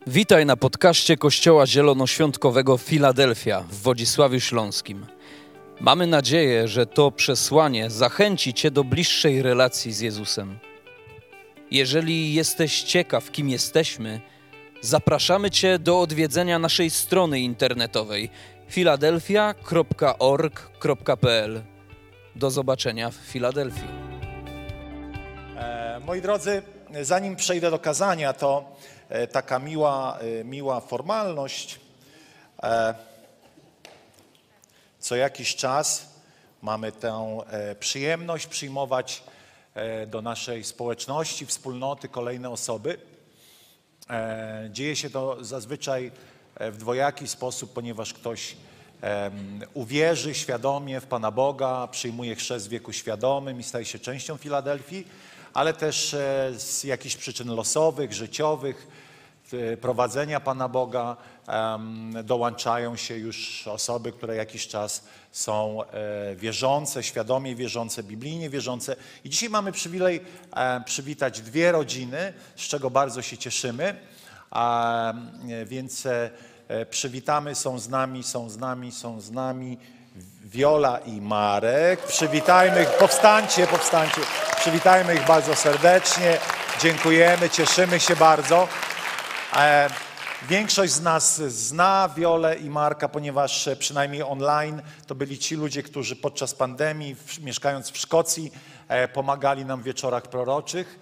Witaj na podcaście Kościoła Zielonoświątkowego Filadelfia w Wodzisławiu Śląskim. Mamy nadzieję, że to przesłanie zachęci Cię do bliższej relacji z Jezusem. Jeżeli jesteś ciekaw, kim jesteśmy, zapraszamy Cię do odwiedzenia naszej strony internetowej filadelfia.org.pl. Do zobaczenia w Filadelfii. Moi drodzy, zanim przejdę do kazania, to taka miła formalność. Co jakiś czas mamy tę przyjemność przyjmować do naszej społeczności, wspólnoty kolejne osoby. Dzieje się to zazwyczaj w dwojaki sposób, ponieważ ktoś uwierzy świadomie w Pana Boga, przyjmuje chrzest w wieku świadomym i staje się częścią Filadelfii, ale też z jakichś przyczyn losowych, życiowych, prowadzenia Pana Boga dołączają się już osoby, które jakiś czas są wierzące, świadomie wierzące, biblijnie wierzące. I dzisiaj mamy przywilej przywitać dwie rodziny, z czego bardzo się cieszymy. Więc przywitamy, są z nami Wiola i Marek. Przywitajmy ich, powstańcie. Przywitajmy ich bardzo serdecznie. Dziękujemy, cieszymy się bardzo. Większość z nas zna Wiolę i Marka, ponieważ przynajmniej online to byli ci ludzie, którzy podczas pandemii, mieszkając w Szkocji, pomagali nam w wieczorach proroczych.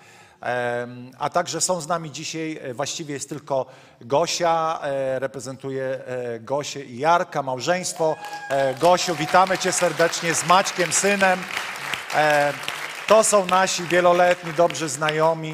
A także są z nami dzisiaj, właściwie jest tylko Gosia, reprezentuje Gosię i Jarka, małżeństwo. Gosiu, witamy Cię serdecznie z Maćkiem, synem. To są nasi wieloletni, dobrzy znajomi,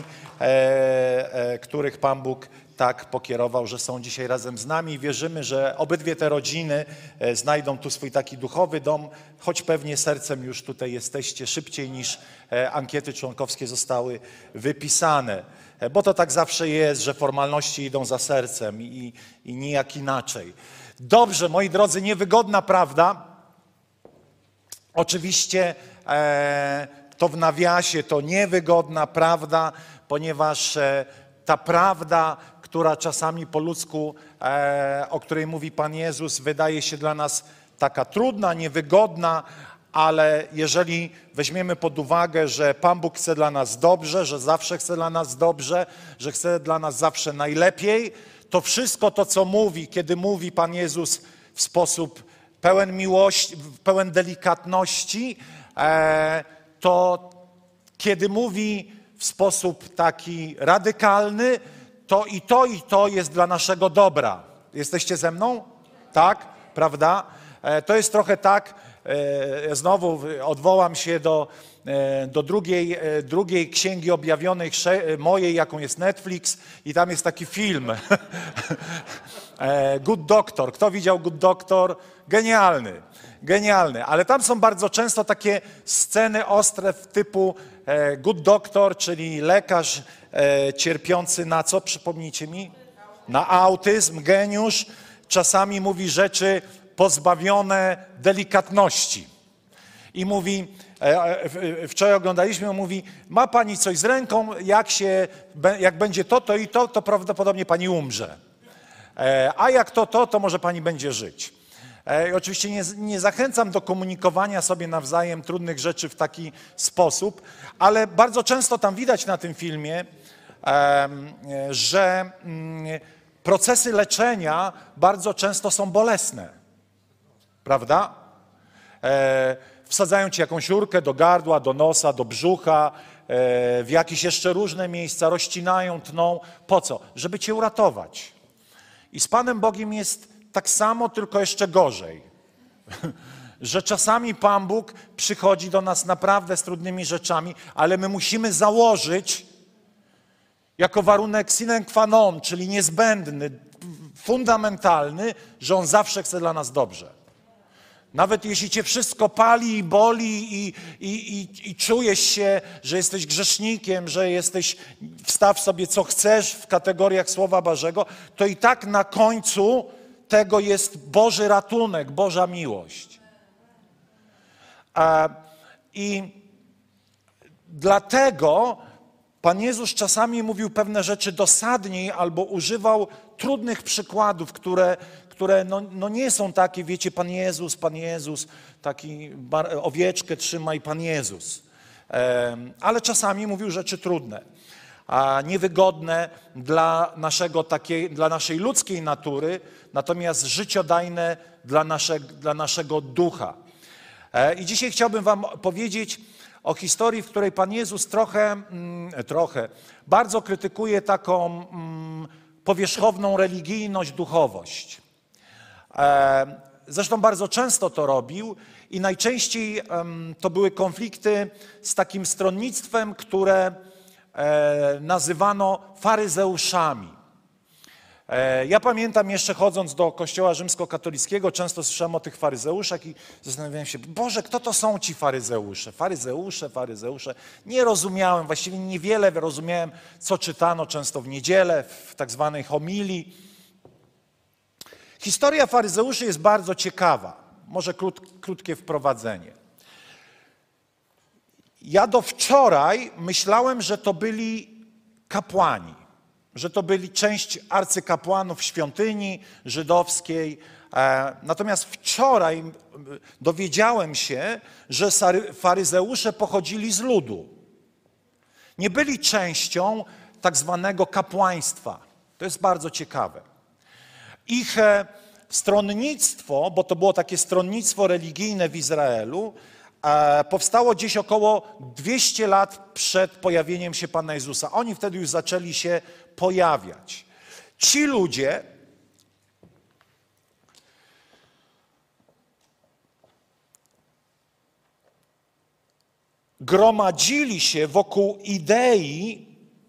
których Pan Bóg tak pokierował, że są dzisiaj razem z nami. Wierzymy, że obydwie te rodziny znajdą tu swój taki duchowy dom, choć pewnie sercem już tutaj jesteście szybciej niż ankiety członkowskie zostały wypisane. Bo to tak zawsze jest, że formalności idą za sercem i nijak inaczej. Dobrze, moi drodzy, niewygodna prawda. Oczywiście to w nawiasie, to niewygodna prawda, ponieważ ta prawda, która czasami po ludzku, o której mówi Pan Jezus, wydaje się dla nas taka trudna, niewygodna, ale jeżeli weźmiemy pod uwagę, że Pan Bóg chce dla nas dobrze, że zawsze chce dla nas dobrze, że chce dla nas zawsze najlepiej, to wszystko to, co mówi, kiedy mówi Pan Jezus w sposób pełen miłości, pełen delikatności, to kiedy mówi w sposób taki radykalny, i to jest dla naszego dobra. Jesteście ze mną? Tak? Prawda? To jest trochę tak, znowu odwołam się do drugiej Księgi Objawionej mojej, jaką jest Netflix, i tam jest taki film Good Doctor. Kto widział Good Doctor? Genialny, ale tam są bardzo często takie sceny ostre typu Good Doctor, czyli lekarz cierpiący na co? Przypomnijcie mi? Na autyzm, geniusz, czasami mówi rzeczy pozbawione delikatności. I mówi, wczoraj oglądaliśmy, on mówi, ma pani coś z ręką, jak będzie to i to prawdopodobnie pani umrze. A jak to może pani będzie żyć. Oczywiście nie zachęcam do komunikowania sobie nawzajem trudnych rzeczy w taki sposób, ale bardzo często tam widać na tym filmie, że procesy leczenia bardzo często są bolesne. Prawda? Wsadzają ci jakąś rurkę do gardła, do nosa, do brzucha, w jakieś jeszcze różne miejsca, rozcinają, tną. Po co? Żeby cię uratować. I z Panem Bogiem jest tak samo, tylko jeszcze gorzej. Że czasami Pan Bóg przychodzi do nas naprawdę z trudnymi rzeczami, ale my musimy założyć jako warunek sine qua non, czyli niezbędny, fundamentalny, że On zawsze chce dla nas dobrze. Nawet jeśli cię wszystko pali i boli i czujesz się, że jesteś grzesznikiem, że wstaw sobie co chcesz w kategoriach Słowa Bożego, to i tak na końcu tego jest Boży ratunek, Boża miłość. I dlatego Pan Jezus czasami mówił pewne rzeczy dosadniej albo używał trudnych przykładów, które nie są takie, wiecie, Pan Jezus, taki owieczkę trzymaj Pan Jezus. Ale czasami mówił rzeczy trudne, a niewygodne dla naszej ludzkiej natury, natomiast życiodajne dla naszego ducha. I dzisiaj chciałbym wam powiedzieć o historii, w której Pan Jezus bardzo krytykuje taką powierzchowną religijność, duchowość. Zresztą bardzo często to robił i najczęściej to były konflikty z takim stronnictwem, które nazywano faryzeuszami. Ja pamiętam jeszcze chodząc do kościoła rzymskokatolickiego, często słyszałem o tych faryzeuszach i zastanawiałem się, Boże, kto to są ci faryzeusze? Faryzeusze. Nie rozumiałem, właściwie niewiele rozumiałem, co czytano często w niedzielę, w tak zwanej homilii. Historia faryzeuszy jest bardzo ciekawa. Może krótkie wprowadzenie. Ja do wczoraj myślałem, że to byli kapłani, że to byli część arcykapłanów świątyni żydowskiej. Natomiast wczoraj dowiedziałem się, że faryzeusze pochodzili z ludu. Nie byli częścią tak zwanego kapłaństwa. To jest bardzo ciekawe. Ich stronnictwo, bo to było takie stronnictwo religijne w Izraelu, powstało gdzieś około 200 lat przed pojawieniem się Pana Jezusa. Oni wtedy już zaczęli się pojawiać. Ci ludzie gromadzili się wokół idei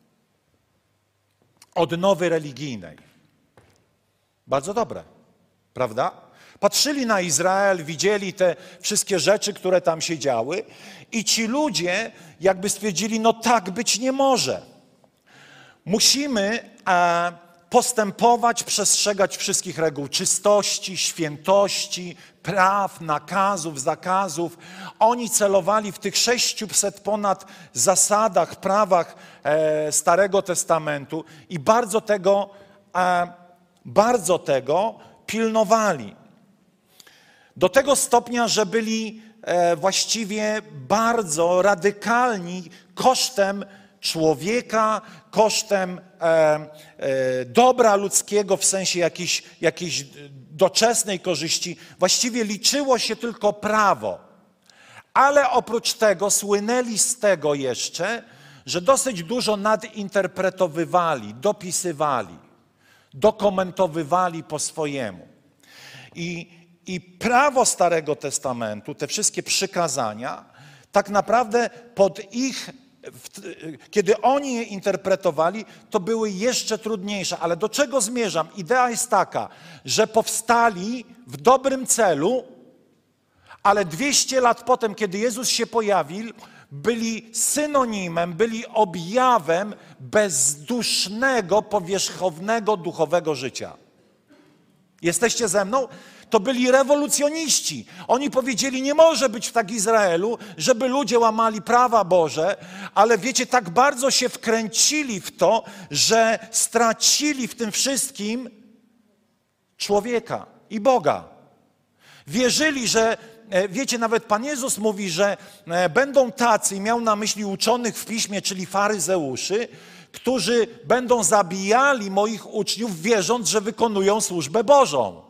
odnowy religijnej. Bardzo dobre, prawda? Patrzyli na Izrael, widzieli te wszystkie rzeczy, które tam się działy i ci ludzie jakby stwierdzili, no tak być nie może. Musimy postępować, przestrzegać wszystkich reguł czystości, świętości, praw, nakazów, zakazów. Oni celowali w tych 600 ponad zasadach, prawach Starego Testamentu i bardzo tego pilnowali. Do tego stopnia, że byli właściwie bardzo radykalni kosztem człowieka, kosztem dobra ludzkiego w sensie jakiejś doczesnej korzyści. Właściwie liczyło się tylko prawo. Ale oprócz tego słynęli z tego jeszcze, że dosyć dużo nadinterpretowywali, dopisywali, dokumentowywali po swojemu. I prawo Starego Testamentu, te wszystkie przykazania, tak naprawdę kiedy oni je interpretowali, to były jeszcze trudniejsze. Ale do czego zmierzam? Idea jest taka, że powstali w dobrym celu, ale 200 lat potem, kiedy Jezus się pojawił, byli synonimem, byli objawem bezdusznego, powierzchownego, duchowego życia. Jesteście ze mną? To byli rewolucjoniści. Oni powiedzieli, nie może być tak Izraelu, żeby ludzie łamali prawa Boże, ale wiecie, tak bardzo się wkręcili w to, że stracili w tym wszystkim człowieka i Boga. Wierzyli, że, wiecie, nawet Pan Jezus mówi, że będą tacy, i miał na myśli uczonych w piśmie, czyli faryzeuszy, którzy będą zabijali moich uczniów, wierząc, że wykonują służbę Bożą.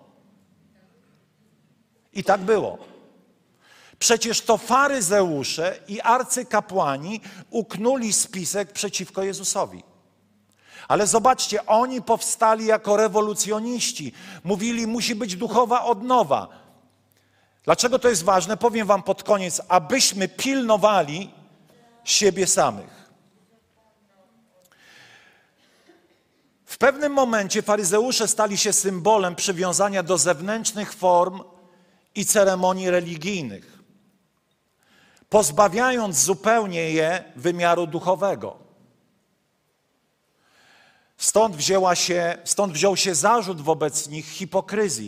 I tak było. Przecież to faryzeusze i arcykapłani uknuli spisek przeciwko Jezusowi. Ale zobaczcie, oni powstali jako rewolucjoniści. Mówili, musi być duchowa odnowa. Dlaczego to jest ważne? Powiem wam pod koniec, abyśmy pilnowali siebie samych. W pewnym momencie faryzeusze stali się symbolem przywiązania do zewnętrznych form i ceremonii religijnych, pozbawiając zupełnie je wymiaru duchowego. Stąd wziął się zarzut wobec nich hipokryzji.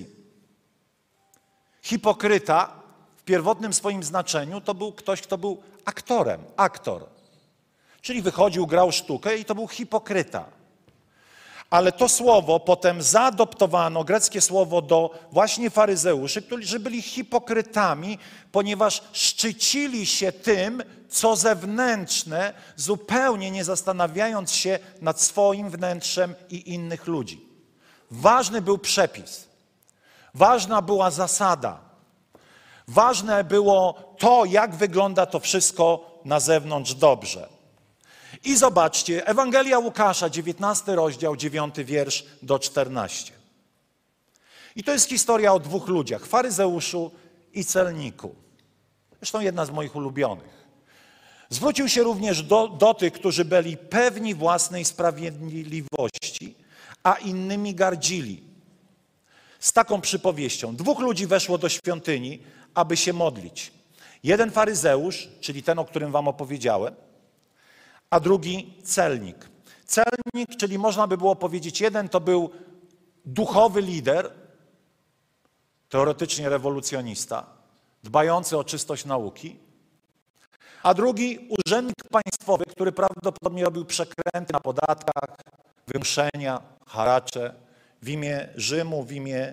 Hipokryta w pierwotnym swoim znaczeniu to był ktoś, kto był aktorem, aktor. Czyli wychodził, grał sztukę i to był hipokryta. Ale to słowo potem zaadoptowano, greckie słowo, do właśnie faryzeuszy, którzy byli hipokrytami, ponieważ szczycili się tym, co zewnętrzne, zupełnie nie zastanawiając się nad swoim wnętrzem i innych ludzi. Ważny był przepis, ważna była zasada, ważne było to, jak wygląda to wszystko na zewnątrz dobrze. I zobaczcie, Ewangelia Łukasza, 19 rozdział, 9 wiersz do 14. I to jest historia o dwóch ludziach, faryzeuszu i celniku. Zresztą jedna z moich ulubionych. Zwrócił się również do tych, którzy byli pewni własnej sprawiedliwości, a innymi gardzili. Z taką przypowieścią. Dwóch ludzi weszło do świątyni, aby się modlić. Jeden faryzeusz, czyli ten, o którym wam opowiedziałem, a drugi celnik. Celnik, czyli można by było powiedzieć, jeden to był duchowy lider, teoretycznie rewolucjonista, dbający o czystość nauki, a drugi urzędnik państwowy, który prawdopodobnie robił przekręty na podatkach, wymuszenia, haracze w imię Rzymu, w imię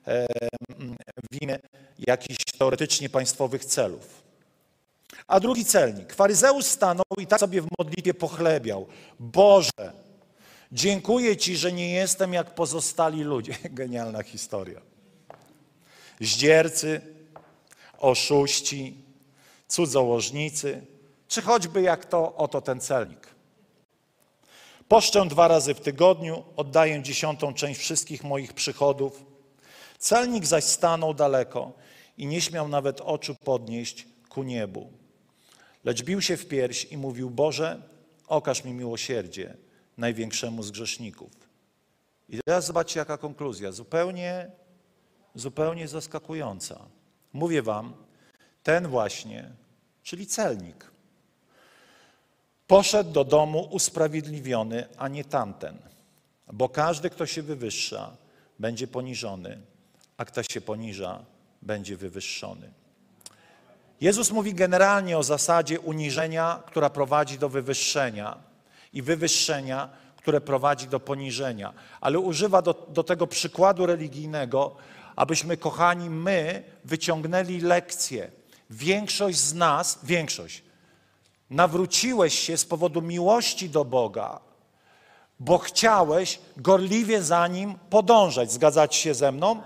jakichś teoretycznie państwowych celów. A drugi celnik. Faryzeusz stanął i tak sobie w modlitwie pochlebiał. Boże, dziękuję Ci, że nie jestem jak pozostali ludzie. Genialna historia. Zdziercy, oszuści, cudzołożnicy, czy choćby jak to oto ten celnik. Poszczę 2 razy w tygodniu, oddaję 10. część wszystkich moich przychodów. Celnik zaś stanął daleko i nie śmiał nawet oczu podnieść ku niebu. Lecz bił się w pierś i mówił, Boże, okaż mi miłosierdzie, największemu z grzeszników. I teraz zobaczcie, jaka konkluzja, zupełnie zaskakująca. Mówię wam, ten właśnie, czyli celnik, poszedł do domu usprawiedliwiony, a nie tamten. Bo każdy, kto się wywyższa, będzie poniżony, a kto się poniża, będzie wywyższony. Jezus mówi generalnie o zasadzie uniżenia, która prowadzi do wywyższenia i wywyższenia, które prowadzi do poniżenia. Ale używa do tego przykładu religijnego, abyśmy, kochani, my wyciągnęli lekcję. Większość z nas, nawróciłeś się z powodu miłości do Boga, bo chciałeś gorliwie za Nim podążać. Zgadzacie się ze mną?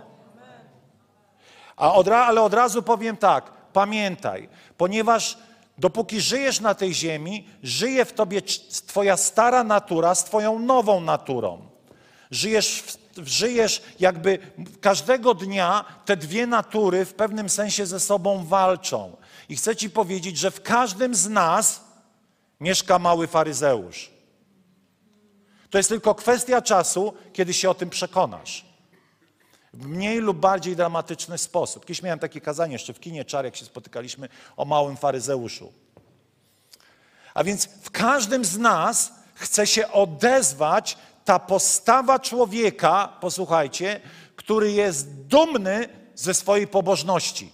Ale od razu powiem tak, pamiętaj, ponieważ dopóki żyjesz na tej ziemi, żyje w tobie twoja stara natura z twoją nową naturą. Żyjesz jakby każdego dnia te dwie natury w pewnym sensie ze sobą walczą. I chcę ci powiedzieć, że w każdym z nas mieszka mały faryzeusz. To jest tylko kwestia czasu, kiedy się o tym przekonasz. W mniej lub bardziej dramatyczny sposób. Kiedyś miałem takie kazanie jeszcze w kinie Czar, jak się spotykaliśmy, o małym faryzeuszu. A więc w każdym z nas chce się odezwać ta postawa człowieka, posłuchajcie, który jest dumny ze swojej pobożności.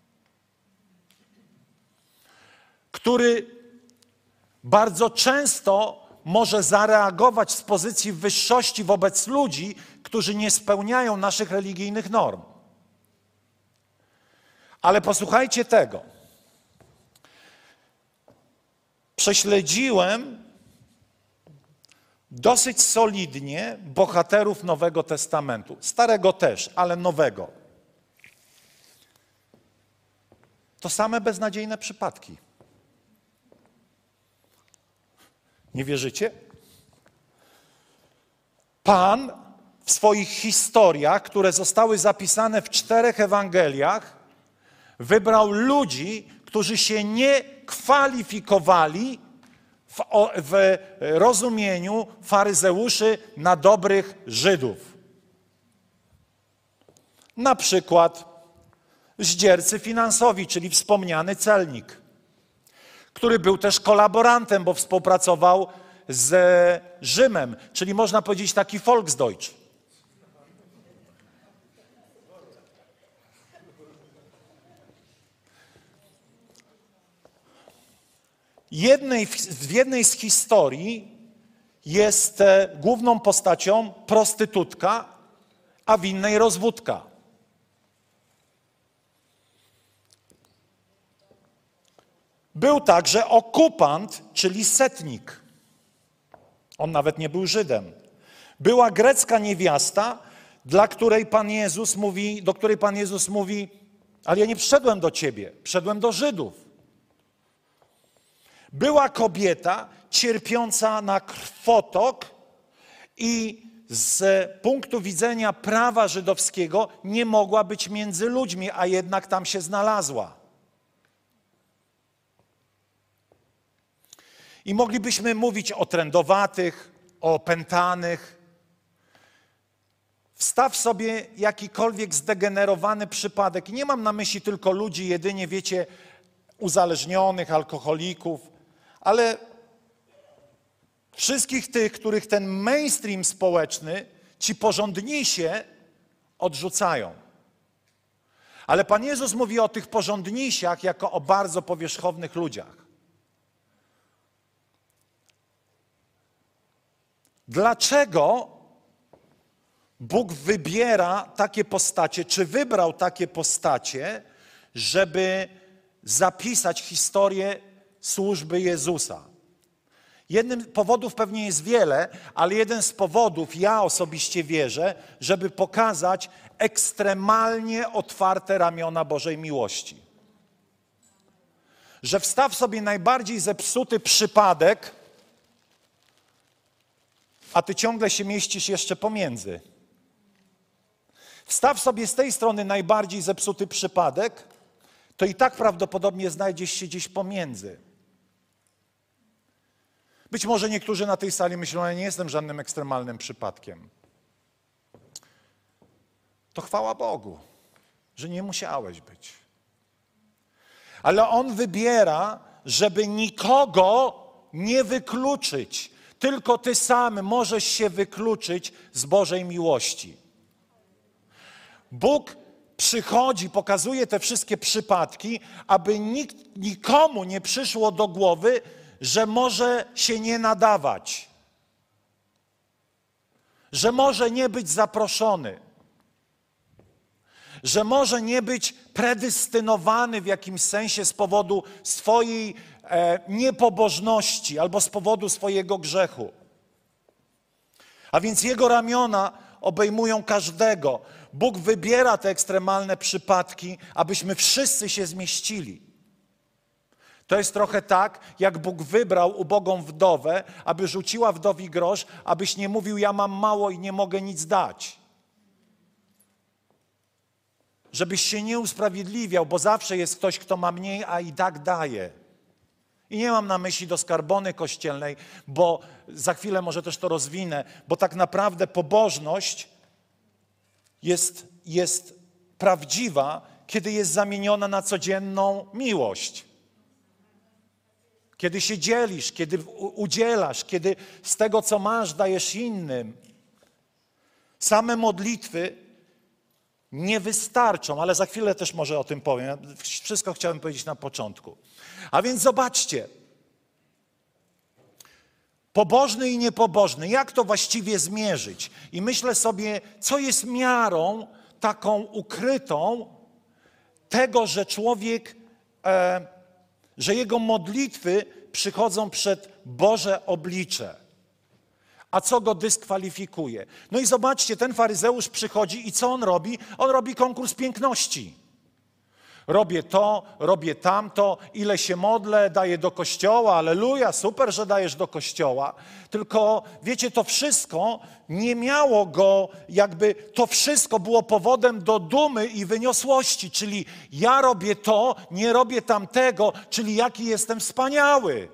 Który bardzo często może zareagować z pozycji wyższości wobec ludzi, którzy nie spełniają naszych religijnych norm. Ale posłuchajcie tego. Prześledziłem dosyć solidnie bohaterów Nowego Testamentu. Starego też, ale Nowego. To same beznadziejne przypadki. Nie wierzycie? Pan w swoich historiach, które zostały zapisane w 4 Ewangeliach, wybrał ludzi, którzy się nie kwalifikowali w rozumieniu faryzeuszy na dobrych Żydów. Na przykład zdziercy finansowi, czyli wspomniany celnik, który był też kolaborantem, bo współpracował z Rzymem, czyli można powiedzieć taki Volksdeutsch. W jednej z historii jest główną postacią prostytutka, a w innej rozwódka. Był także okupant, czyli setnik. On nawet nie był Żydem. Była grecka niewiasta, do której Pan Jezus mówi, ale ja nie przyszedłem do ciebie, przyszedłem do Żydów. Była kobieta cierpiąca na krwotok i z punktu widzenia prawa żydowskiego nie mogła być między ludźmi, a jednak tam się znalazła. I moglibyśmy mówić o trędowatych, o opętanych. Wstaw sobie jakikolwiek zdegenerowany przypadek. I nie mam na myśli tylko ludzi jedynie, wiecie, uzależnionych, alkoholików, ale wszystkich tych, których ten mainstream społeczny, ci porządniejsi odrzucają. Ale Pan Jezus mówi o tych porządniejsiach jako o bardzo powierzchownych ludziach. Dlaczego Bóg wybiera takie postacie, czy wybrał takie postacie, żeby zapisać historię służby Jezusa? Jednym powodów pewnie jest wiele, ale jeden z powodów, ja osobiście wierzę, żeby pokazać ekstremalnie otwarte ramiona Bożej miłości. Że wstaw sobie najbardziej zepsuty przypadek, a ty ciągle się mieścisz jeszcze pomiędzy. Wstaw sobie z tej strony najbardziej zepsuty przypadek, to i tak prawdopodobnie znajdziesz się gdzieś pomiędzy. Być może niektórzy na tej sali myślą, że ja nie jestem żadnym ekstremalnym przypadkiem. To chwała Bogu, że nie musiałeś być. Ale On wybiera, żeby nikogo nie wykluczyć. Tylko ty sam możesz się wykluczyć z Bożej miłości. Bóg przychodzi, pokazuje te wszystkie przypadki, aby nikomu nie przyszło do głowy, że może się nie nadawać, że może nie być zaproszony, że może nie być predestynowany w jakimś sensie z powodu swojej niepobożności albo z powodu swojego grzechu. A więc Jego ramiona obejmują każdego. Bóg wybiera te ekstremalne przypadki, abyśmy wszyscy się zmieścili. To jest trochę tak, jak Bóg wybrał ubogą wdowę, aby rzuciła wdowi grosz, abyś nie mówił, ja mam mało i nie mogę nic dać. Żebyś się nie usprawiedliwiał, bo zawsze jest ktoś, kto ma mniej, a i tak daje. I nie mam na myśli do skarbony kościelnej, bo za chwilę może też to rozwinę, bo tak naprawdę pobożność jest prawdziwa, kiedy jest zamieniona na codzienną miłość. Kiedy się dzielisz, kiedy udzielasz, kiedy z tego, co masz, dajesz innym. Same modlitwy nie wystarczą, ale za chwilę też może o tym powiem. Wszystko chciałem powiedzieć na początku. A więc zobaczcie. Pobożny i niepobożny. Jak to właściwie zmierzyć? I myślę sobie, co jest miarą taką ukrytą tego, że człowiek, że jego modlitwy przychodzą przed Boże oblicze. A co go dyskwalifikuje? No i zobaczcie, ten faryzeusz przychodzi i co on robi? On robi konkurs piękności. Robię to, robię tamto, ile się modlę, daję do kościoła, alleluja, super, że dajesz do kościoła. Tylko, wiecie, to wszystko nie miało go, to wszystko było powodem do dumy i wyniosłości, czyli ja robię to, nie robię tamtego, czyli jaki jestem wspaniały.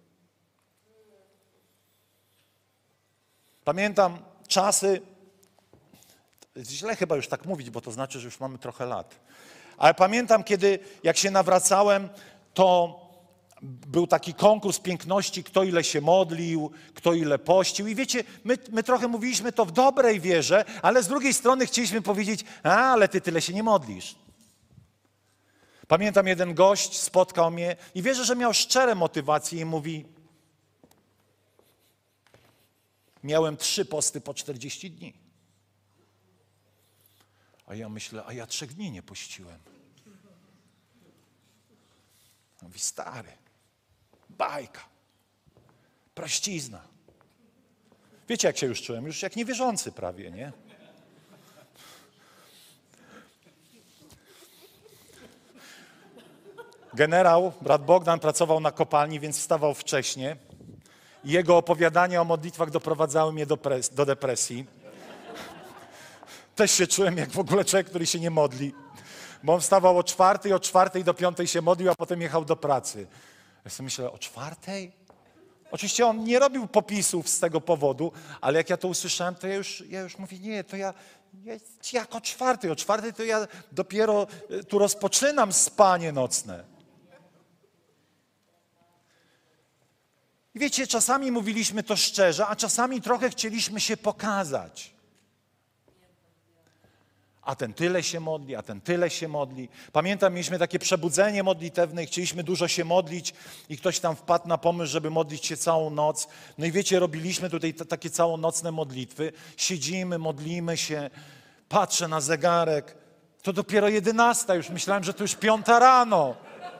Pamiętam czasy, źle chyba już tak mówić, bo to znaczy, że już mamy trochę lat. Ale pamiętam, jak się nawracałem, to był taki konkurs piękności, kto ile się modlił, kto ile pościł. I wiecie, my trochę mówiliśmy to w dobrej wierze, ale z drugiej strony chcieliśmy powiedzieć, ale ty tyle się nie modlisz. Pamiętam, jeden gość spotkał mnie i wierzę, że miał szczere motywacje i mówi: miałem 3 posty po 40 dni. A ja myślę, a ja 3 dni nie pościłem. Mówi: stary, bajka, prościzna. Wiecie, jak się już czułem? Już jak niewierzący prawie, nie? Generał, brat Bogdan, pracował na kopalni, więc wstawał wcześnie. Jego opowiadania o modlitwach doprowadzały mnie do depresji. Też się czułem jak w ogóle człowiek, który się nie modli. Bo on wstawał o 4:00 i od 4:00 do 5:00 się modlił, a potem jechał do pracy. Ja sobie myślę, o 4:00? Oczywiście on nie robił popisów z tego powodu, ale jak ja to usłyszałem, to ja już mówię, nie, to ja jak o 4:00? O 4:00 to ja dopiero tu rozpoczynam spanie nocne. I wiecie, czasami mówiliśmy to szczerze, a czasami trochę chcieliśmy się pokazać. A ten tyle się modli, a ten tyle się modli. Pamiętam, mieliśmy takie przebudzenie modlitewne i chcieliśmy dużo się modlić i ktoś tam wpadł na pomysł, żeby modlić się całą noc. No i wiecie, robiliśmy tutaj takie całonocne modlitwy. Siedzimy, modlimy się, patrzę na zegarek. To dopiero 11:00, już myślałem, że to już 5:00 rano.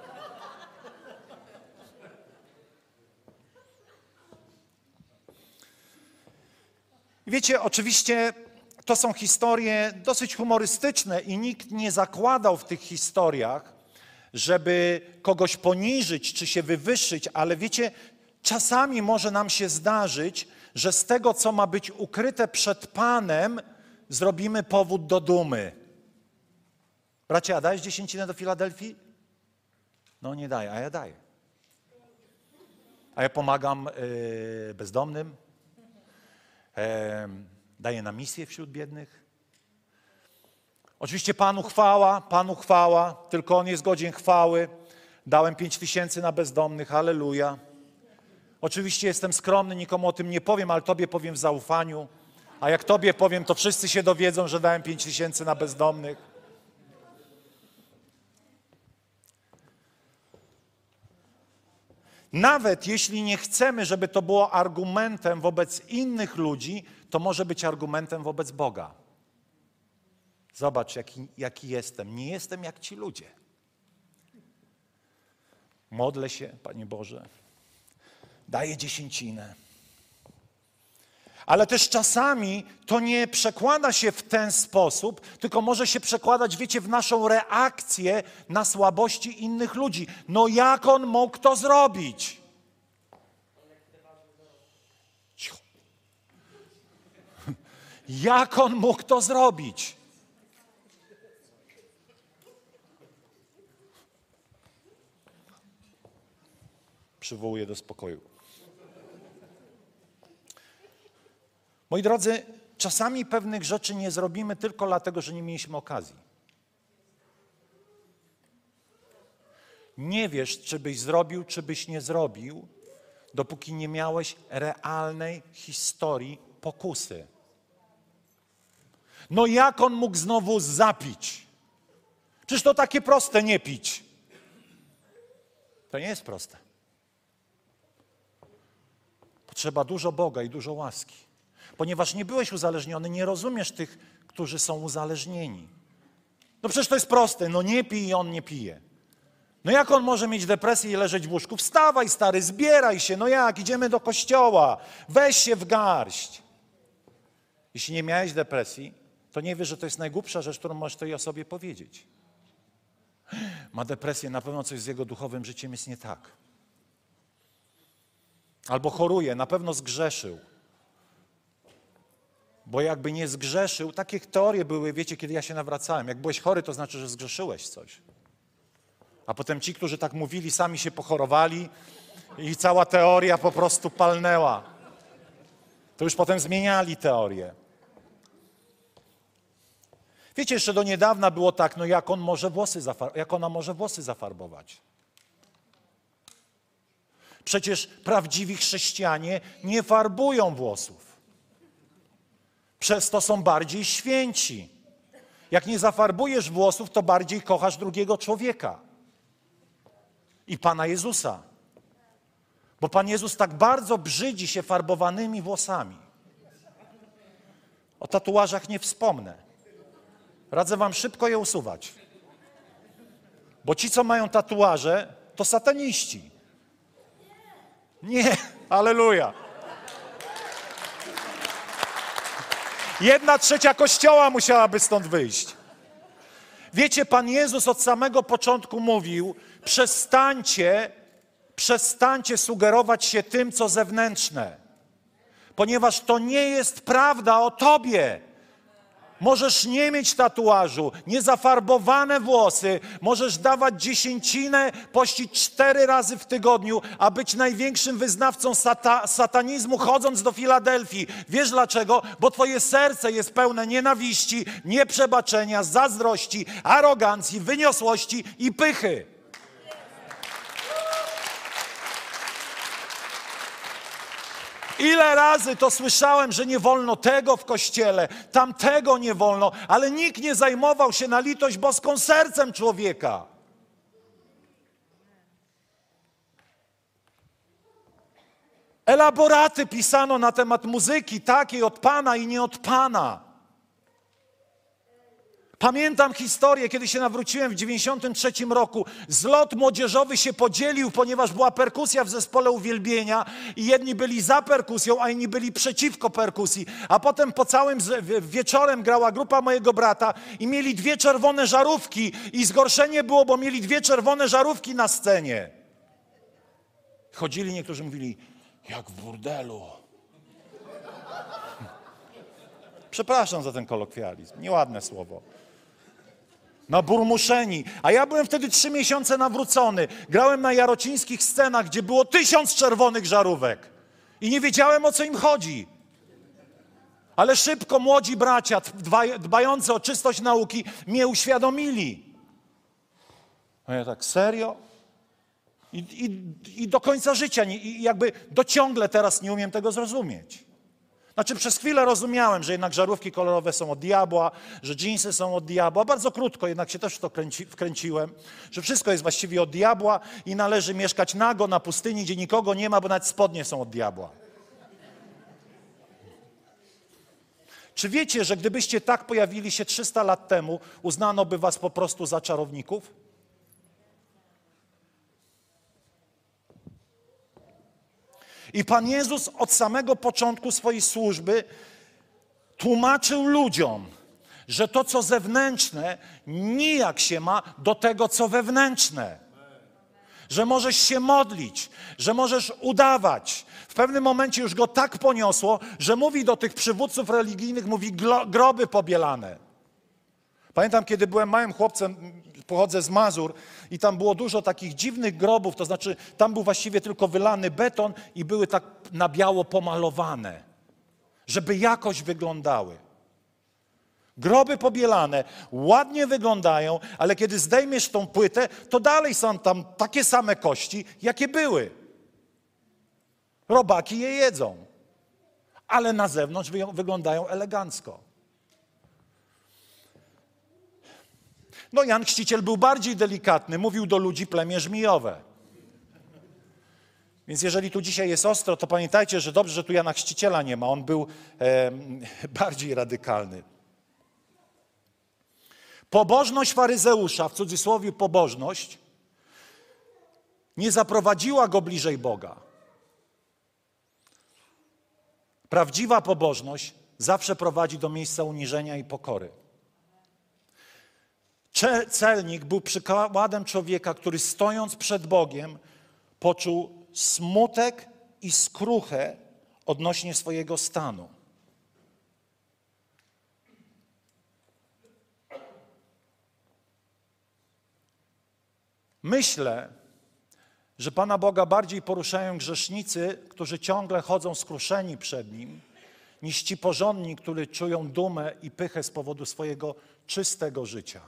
I wiecie, oczywiście to są historie dosyć humorystyczne i nikt nie zakładał w tych historiach, żeby kogoś poniżyć czy się wywyższyć, ale wiecie, czasami może nam się zdarzyć, że z tego, co ma być ukryte przed Panem, zrobimy powód do dumy. Bracie, a dajesz 10 do Filadelfii? No nie daję, a ja daję. A ja pomagam bezdomnym. Daję na misję wśród biednych. Oczywiście Panu chwała, tylko On jest godzien chwały. Dałem 5 000 na bezdomnych, halleluja. Oczywiście jestem skromny, nikomu o tym nie powiem, ale Tobie powiem w zaufaniu. A jak Tobie powiem, to wszyscy się dowiedzą, że dałem 5 000 na bezdomnych. Nawet jeśli nie chcemy, żeby to było argumentem wobec innych ludzi, to może być argumentem wobec Boga. Zobacz, jaki jestem. Nie jestem jak ci ludzie. Modlę się, Panie Boże. Daję 10. Ale też czasami to nie przekłada się w ten sposób, tylko może się przekładać, wiecie, w naszą reakcję na słabości innych ludzi. No jak on mógł to zrobić? Cicho. Jak on mógł to zrobić? Przywołuję do spokoju. Moi drodzy, czasami pewnych rzeczy nie zrobimy tylko dlatego, że nie mieliśmy okazji. Nie wiesz, czy byś zrobił, czy byś nie zrobił, dopóki nie miałeś realnej historii pokusy. No jak on mógł znowu zapić? Przecież to takie proste, nie pić. To nie jest proste. Potrzeba dużo Boga i dużo łaski. Ponieważ nie byłeś uzależniony, nie rozumiesz tych, którzy są uzależnieni. No przecież to jest proste, no nie pij i on nie pije. No jak on może mieć depresję i leżeć w łóżku? Wstawaj, stary, zbieraj się, no jak, idziemy do kościoła, weź się w garść. Jeśli nie miałeś depresji, to nie wiesz, że to jest najgłupsza rzecz, którą możesz tej osobie powiedzieć. Ma depresję, na pewno coś z jego duchowym życiem jest nie tak. Albo choruje, na pewno zgrzeszył. Bo jakby nie zgrzeszył, takie teorie były, wiecie, kiedy ja się nawracałem. Jak byłeś chory, to znaczy, że zgrzeszyłeś coś. A potem ci, którzy tak mówili, sami się pochorowali i cała teoria po prostu palnęła. To już potem zmieniali teorię. Wiecie, jeszcze do niedawna było tak, no jak ona może włosy zafarbować? Przecież prawdziwi chrześcijanie nie farbują włosów. Przez to są bardziej święci. Jak nie zafarbujesz włosów, to bardziej kochasz drugiego człowieka. i Pana Jezusa. Bo Pan Jezus tak bardzo brzydzi się farbowanymi włosami. O tatuażach nie wspomnę. Radzę wam szybko je usuwać. Bo ci, co mają tatuaże, to sataniści. Nie, alleluja. 1/3 Kościoła musiałaby stąd wyjść. Wiecie, Pan Jezus od samego początku mówił, przestańcie sugerować się tym, co zewnętrzne. Ponieważ to nie jest prawda o tobie. Możesz nie mieć tatuażu, niezafarbowane włosy, możesz dawać dziesięcinę, pościć 4 razy w tygodniu, a być największym wyznawcą satanizmu, chodząc do Filadelfii. Wiesz dlaczego? Bo twoje serce jest pełne nienawiści, nieprzebaczenia, zazdrości, arogancji, wyniosłości i pychy. Ile razy to słyszałem, że nie wolno tego w kościele, tamtego nie wolno, ale nikt nie zajmował się na litość boską sercem człowieka. Elaboraty pisano na temat muzyki takiej od Pana i nie od Pana. Pamiętam historię, kiedy się nawróciłem w 93 roku. Zlot młodzieżowy się podzielił, ponieważ była perkusja w zespole uwielbienia i jedni byli za perkusją, a inni byli przeciwko perkusji. A potem po całym wieczorem grała grupa mojego brata i mieli 2 czerwone żarówki i zgorszenie było, bo mieli 2 czerwone żarówki na scenie. Chodzili, niektórzy mówili, jak w burdelu. Przepraszam za ten kolokwializm, nieładne słowo. Naburmuszeni. A ja byłem wtedy 3 miesiące nawrócony. Grałem na jarocińskich scenach, gdzie było 1000 czerwonych żarówek. I nie wiedziałem, o co im chodzi. Ale szybko młodzi bracia, dbający o czystość nauki, mnie uświadomili. A ja tak, serio? I do końca życia, i jakby dociągle teraz nie umiem tego zrozumieć. Znaczy przez chwilę rozumiałem, że jednak żarówki kolorowe są od diabła, że dżinsy są od diabła. Bardzo krótko jednak się też w to wkręciłem, że wszystko jest właściwie od diabła i należy mieszkać nago na pustyni, gdzie nikogo nie ma, bo nawet spodnie są od diabła. Czy wiecie, że gdybyście tak pojawili się 300 lat temu, uznano by was po prostu za czarowników? I Pan Jezus od samego początku swojej służby tłumaczył ludziom, że to, co zewnętrzne, nijak się ma do tego, co wewnętrzne. Że możesz się modlić, że możesz udawać. W pewnym momencie już go tak poniosło, że mówi do tych przywódców religijnych, mówi groby pobielane. Pamiętam, kiedy byłem małym chłopcem, pochodzę z Mazur i tam było dużo takich dziwnych grobów, to znaczy tam był właściwie tylko wylany beton i były tak na biało pomalowane, żeby jakoś wyglądały. Groby pobielane, ładnie wyglądają, ale kiedy zdejmiesz tą płytę, to dalej są tam takie same kości, jakie były. Robaki je jedzą, ale na zewnątrz wyglądają elegancko. No Jan Chrzciciel był bardziej delikatny, mówił do ludzi plemię żmijowe. Więc jeżeli tu dzisiaj jest ostro, to pamiętajcie, że dobrze, że tu Jana Chrzciciela nie ma. On był bardziej radykalny. Pobożność faryzeusza, w cudzysłowie pobożność, nie zaprowadziła go bliżej Boga. Prawdziwa pobożność zawsze prowadzi do miejsca uniżenia i pokory. Celnik był przykładem człowieka, który stojąc przed Bogiem poczuł smutek i skruchę odnośnie swojego stanu. Myślę, że Pana Boga bardziej poruszają grzesznicy, którzy ciągle chodzą skruszeni przed Nim, niż ci porządni, którzy czują dumę i pychę z powodu swojego czystego życia.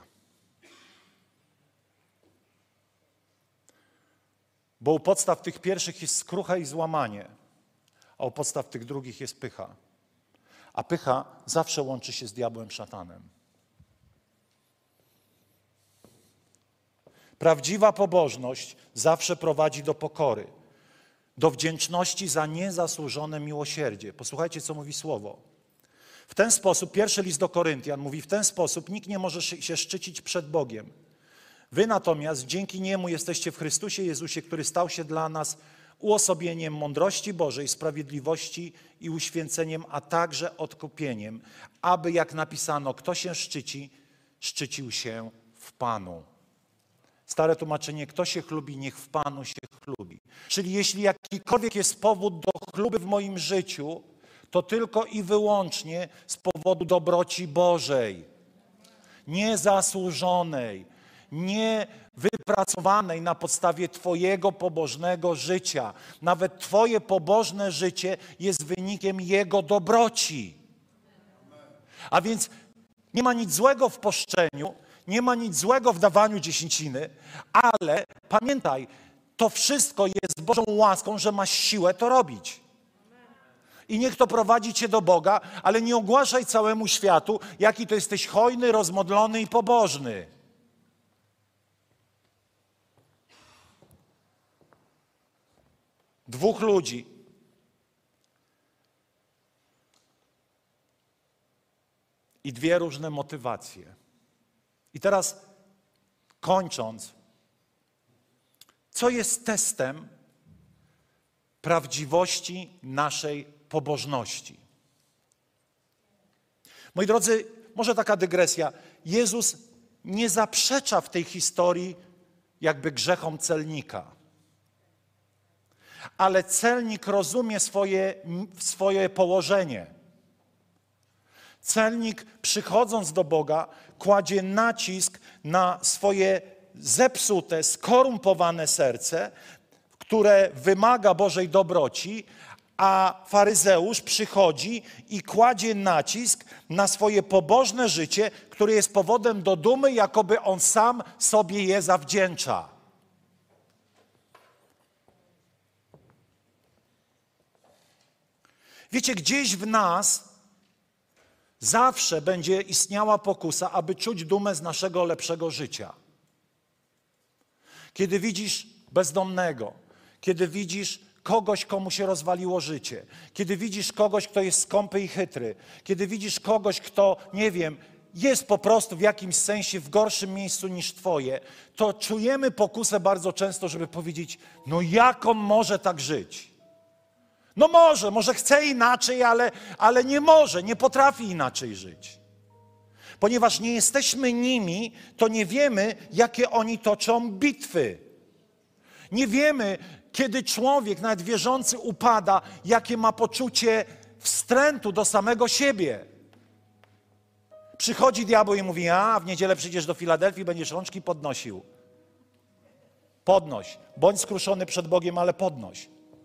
Bo u podstaw tych pierwszych jest skrucha i złamanie, a u podstaw tych drugich jest pycha. A pycha zawsze łączy się z diabłem, szatanem. Prawdziwa pobożność zawsze prowadzi do pokory, do wdzięczności za niezasłużone miłosierdzie. Posłuchajcie, co mówi Słowo. W ten sposób, pierwszy list do Koryntian mówi, w ten sposób nikt nie może się szczycić przed Bogiem. Wy natomiast dzięki Niemu jesteście w Chrystusie Jezusie, który stał się dla nas uosobieniem mądrości Bożej, sprawiedliwości i uświęceniem, a także odkupieniem, aby, jak napisano, kto się szczyci, szczycił się w Panu. Stare tłumaczenie, kto się chlubi, niech w Panu się chlubi. Czyli jeśli jakikolwiek jest powód do chluby w moim życiu, to tylko i wyłącznie z powodu dobroci Bożej. Niezasłużonej, nie wypracowanej na podstawie Twojego pobożnego życia. Nawet Twoje pobożne życie jest wynikiem Jego dobroci. A więc nie ma nic złego w poszczeniu, nie ma nic złego w dawaniu dziesięciny, ale pamiętaj, to wszystko jest Bożą łaską, że masz siłę to robić. I niech to prowadzi Cię do Boga, ale nie ogłaszaj całemu światu, jaki to jesteś hojny, rozmodlony i pobożny. Dwóch ludzi i dwie różne motywacje. I teraz kończąc, co jest testem prawdziwości naszej pobożności? Moi drodzy, może taka dygresja. Jezus nie zaprzecza w tej historii jakby grzechom celnika. Ale celnik rozumie swoje położenie. Celnik, przychodząc do Boga, kładzie nacisk na swoje zepsute, skorumpowane serce, które wymaga Bożej dobroci, a faryzeusz przychodzi i kładzie nacisk na swoje pobożne życie, które jest powodem do dumy, jakoby on sam sobie je zawdzięcza. Wiecie, gdzieś w nas zawsze będzie istniała pokusa, aby czuć dumę z naszego lepszego życia. Kiedy widzisz bezdomnego, kiedy widzisz kogoś, komu się rozwaliło życie, kiedy widzisz kogoś, kto jest skąpy i chytry, kiedy widzisz kogoś, kto, nie wiem, jest po prostu w jakimś sensie w gorszym miejscu niż Twoje, to czujemy pokusę bardzo często, żeby powiedzieć, no jak on może tak żyć? No może chce inaczej, ale nie może, nie potrafi inaczej żyć. Ponieważ nie jesteśmy nimi, to nie wiemy, jakie oni toczą bitwy. Nie wiemy, kiedy człowiek, nawet wierzący, upada, jakie ma poczucie wstrętu do samego siebie. Przychodzi diabeł i mówi, w niedzielę przyjdziesz do Filadelfii, będziesz rączki podnosił. Podnoś. Bądź skruszony przed Bogiem, ale podnoś.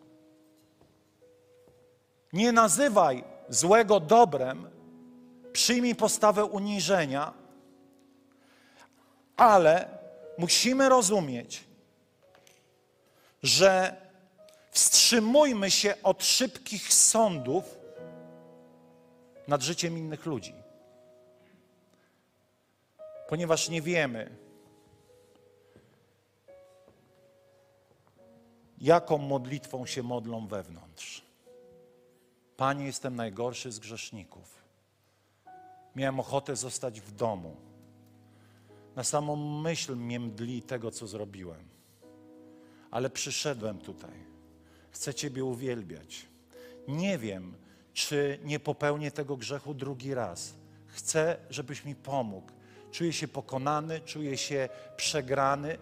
Nie nazywaj złego dobrem, przyjmij postawę uniżenia, ale musimy rozumieć, że wstrzymujmy się od szybkich sądów nad życiem innych ludzi. Ponieważ nie wiemy, jaką modlitwą się modlą wewnątrz. Panie, jestem najgorszy z grzeszników. Miałem ochotę zostać w domu. Na samą myśl mnie mdli tego, co zrobiłem. Ale przyszedłem tutaj. Chcę Ciebie uwielbiać. Nie wiem, czy nie popełnię tego grzechu drugi raz. Chcę, żebyś mi pomógł. Czuję się pokonany, czuję się przegrany.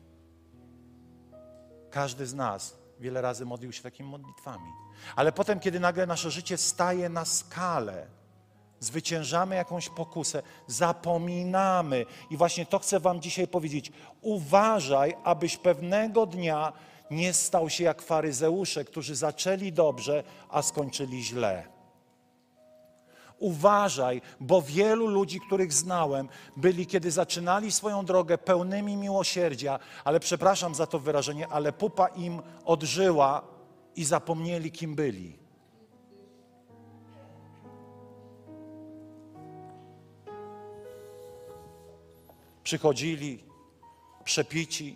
Każdy z nas wiele razy modlił się takimi modlitwami. Ale potem, kiedy nagle nasze życie staje na skalę, zwyciężamy jakąś pokusę, zapominamy. I właśnie to chcę wam dzisiaj powiedzieć. Uważaj, abyś pewnego dnia nie stał się jak faryzeusze, którzy zaczęli dobrze, a skończyli źle. Uważaj, bo wielu ludzi, których znałem, byli, kiedy zaczynali swoją drogę, pełnymi miłosierdzia, ale przepraszam za to wyrażenie, ale pupa im odżyła i zapomnieli, kim byli. przepici,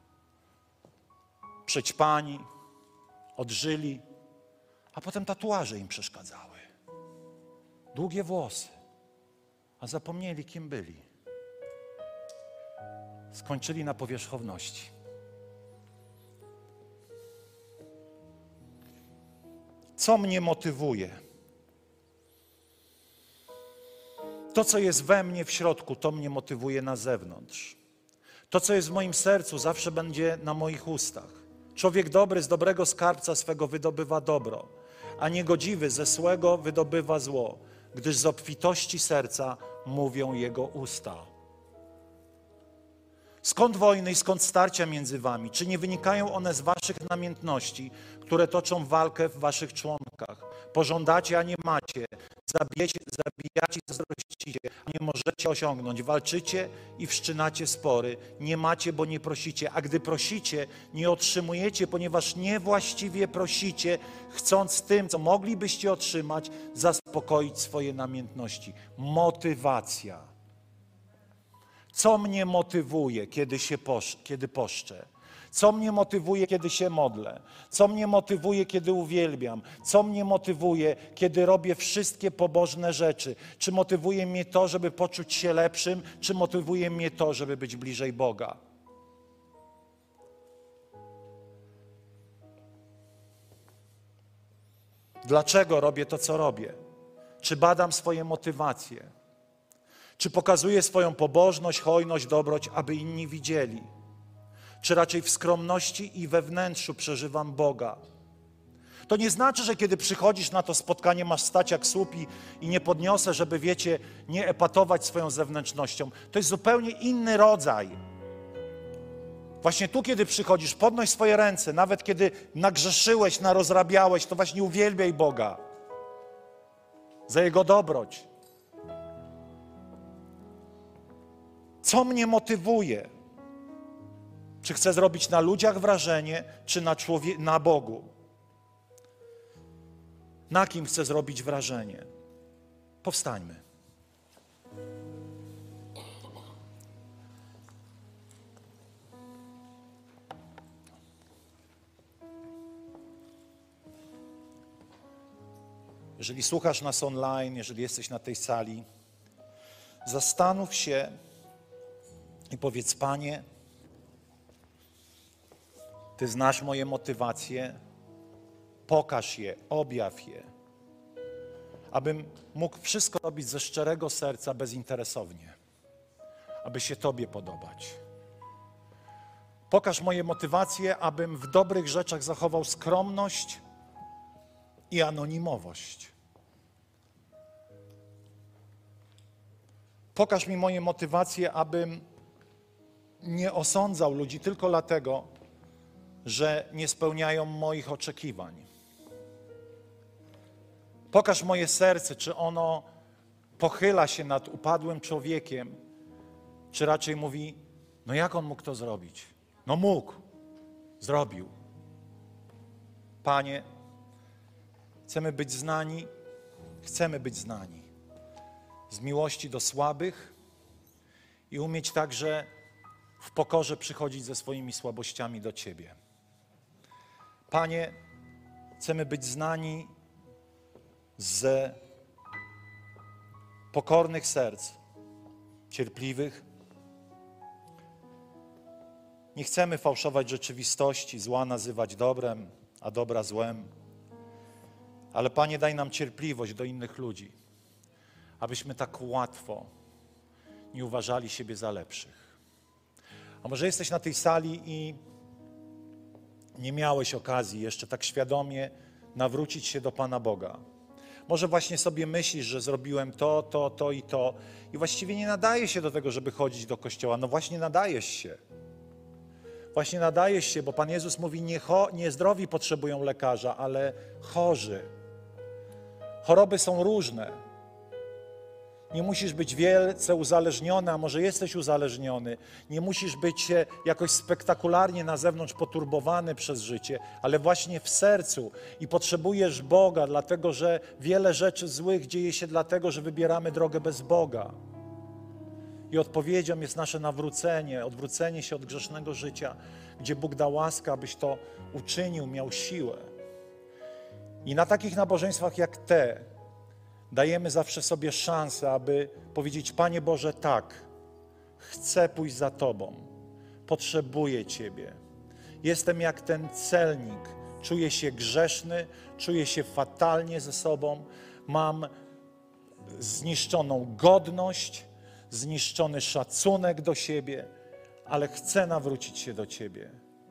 przećpani, odżyli, a potem tatuaże im przeszkadzały. Długie włosy, a zapomnieli, kim byli. Skończyli na powierzchowności. Co mnie motywuje? To, co jest we mnie w środku, to mnie motywuje na zewnątrz. To, co jest w moim sercu, zawsze będzie na moich ustach. Człowiek dobry z dobrego skarbca swego wydobywa dobro, a niegodziwy ze złego wydobywa zło, gdyż z obfitości serca mówią jego usta. Skąd wojny i skąd starcia między wami? Czy nie wynikają one z waszych namiętności, które toczą walkę w waszych członkach? Pożądacie, a nie macie. Zabijacie, zazdrościcie, a nie możecie osiągnąć. Walczycie i wszczynacie spory. Nie macie, bo nie prosicie. A gdy prosicie, nie otrzymujecie, ponieważ niewłaściwie prosicie, chcąc tym, co moglibyście otrzymać, zaspokoić swoje namiętności. Motywacja. Co mnie motywuje, kiedy poszczę? Co mnie motywuje, kiedy się modlę? Co mnie motywuje, kiedy uwielbiam? Co mnie motywuje, kiedy robię wszystkie pobożne rzeczy? Czy motywuje mnie to, żeby poczuć się lepszym? Czy motywuje mnie to, żeby być bliżej Boga? Dlaczego robię to, co robię? Czy badam swoje motywacje? Czy pokazuję swoją pobożność, hojność, dobroć, aby inni widzieli? Czy raczej w skromności i we wnętrzu przeżywam Boga? To nie znaczy, że kiedy przychodzisz na to spotkanie, masz stać jak słup i nie podniosę, żeby, wiecie, nie epatować swoją zewnętrznością. To jest zupełnie inny rodzaj. Właśnie tu, kiedy przychodzisz, podnoś swoje ręce, nawet kiedy nagrzeszyłeś, narozrabiałeś, to właśnie uwielbiaj Boga za Jego dobroć. Co mnie motywuje? Czy chcę zrobić na ludziach wrażenie, czy na Bogu? Na kim chcę zrobić wrażenie? Powstańmy. Jeżeli słuchasz nas online, jeżeli jesteś na tej sali, zastanów się i powiedz: Panie, Ty znasz moje motywacje, pokaż je, objaw je, abym mógł wszystko robić ze szczerego serca, bezinteresownie, aby się Tobie podobać. Pokaż moje motywacje, abym w dobrych rzeczach zachował skromność i anonimowość. Pokaż mi moje motywacje, abym nie osądzał ludzi tylko dlatego, że nie spełniają moich oczekiwań. Pokaż moje serce, czy ono pochyla się nad upadłym człowiekiem, czy raczej mówi: no jak on mógł to zrobić? No mógł, zrobił. Panie, chcemy być znani z miłości do słabych i umieć także w pokorze przychodzić ze swoimi słabościami do Ciebie. Panie, chcemy być znani z pokornych serc, cierpliwych. Nie chcemy fałszować rzeczywistości, zła nazywać dobrem, a dobra złem. Ale Panie, daj nam cierpliwość do innych ludzi, abyśmy tak łatwo nie uważali siebie za lepszych. A może jesteś na tej sali i nie miałeś okazji jeszcze tak świadomie nawrócić się do Pana Boga. Może właśnie sobie myślisz, że zrobiłem to i właściwie nie nadaje się do tego, żeby chodzić do kościoła. No właśnie nadajesz się. Właśnie nadajesz się, bo Pan Jezus mówi: nie zdrowi potrzebują lekarza, ale chorzy. Choroby są różne. Nie musisz być wielce uzależniony, a może jesteś uzależniony. Nie musisz być jakoś spektakularnie na zewnątrz poturbowany przez życie, ale właśnie w sercu. I potrzebujesz Boga, dlatego że wiele rzeczy złych dzieje się dlatego, że wybieramy drogę bez Boga. I odpowiedzią jest nasze nawrócenie, odwrócenie się od grzesznego życia, gdzie Bóg da łaskę, abyś to uczynił, miał siłę. I na takich nabożeństwach jak te dajemy zawsze sobie szansę, aby powiedzieć: Panie Boże, tak, chcę pójść za Tobą, potrzebuję Ciebie. Jestem jak ten celnik, czuję się grzeszny, czuję się fatalnie ze sobą, mam zniszczoną godność, zniszczony szacunek do siebie, ale chcę nawrócić się do Ciebie.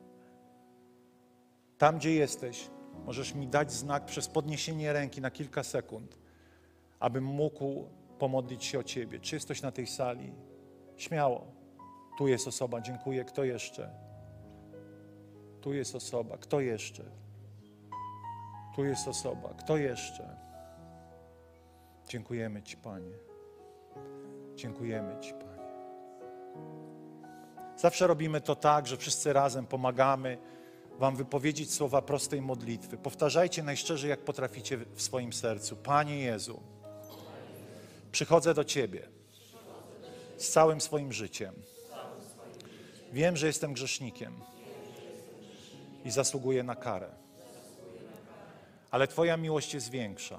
Tam, gdzie jesteś, możesz mi dać znak przez podniesienie ręki na kilka sekund, abym mógł pomodlić się o Ciebie. Czy jesteś na tej sali? Śmiało. Tu jest osoba, dziękuję. Kto jeszcze? Tu jest osoba. Kto jeszcze? Tu jest osoba. Kto jeszcze? Dziękujemy Ci, Panie. Dziękujemy Ci, Panie. Zawsze robimy to tak, że wszyscy razem pomagamy Wam wypowiedzieć słowa prostej modlitwy. Powtarzajcie najszczerzej, jak potraficie w swoim sercu. Panie Jezu, przychodzę do Ciebie z całym swoim życiem. Wiem, że jestem grzesznikiem i zasługuję na karę. Ale Twoja miłość jest większa.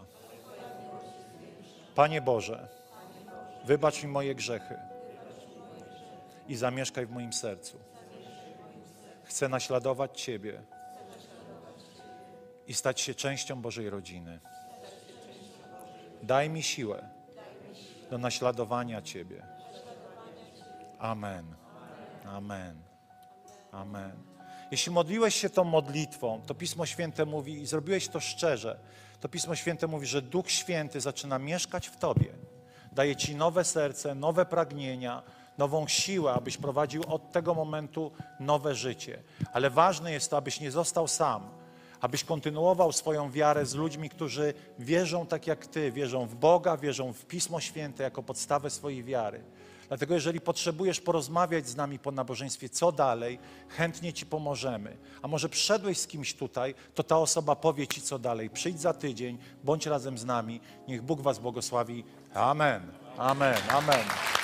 Panie Boże, wybacz mi moje grzechy i zamieszkaj w moim sercu. Chcę naśladować Ciebie i stać się częścią Bożej rodziny. Daj mi siłę do naśladowania Ciebie. Amen. Amen. Amen. Jeśli modliłeś się tą modlitwą, to Pismo Święte mówi, i zrobiłeś to szczerze, to Pismo Święte mówi, że Duch Święty zaczyna mieszkać w Tobie. Daje Ci nowe serce, nowe pragnienia, nową siłę, abyś prowadził od tego momentu nowe życie. Ale ważne jest to, abyś nie został sam, abyś kontynuował swoją wiarę z ludźmi, którzy wierzą tak jak Ty, wierzą w Boga, wierzą w Pismo Święte jako podstawę swojej wiary. Dlatego jeżeli potrzebujesz porozmawiać z nami po nabożeństwie, co dalej, chętnie Ci pomożemy. A może przyszedłeś z kimś tutaj, to ta osoba powie Ci, co dalej. Przyjdź za tydzień, bądź razem z nami. Niech Bóg Was błogosławi. Amen. Amen. Amen.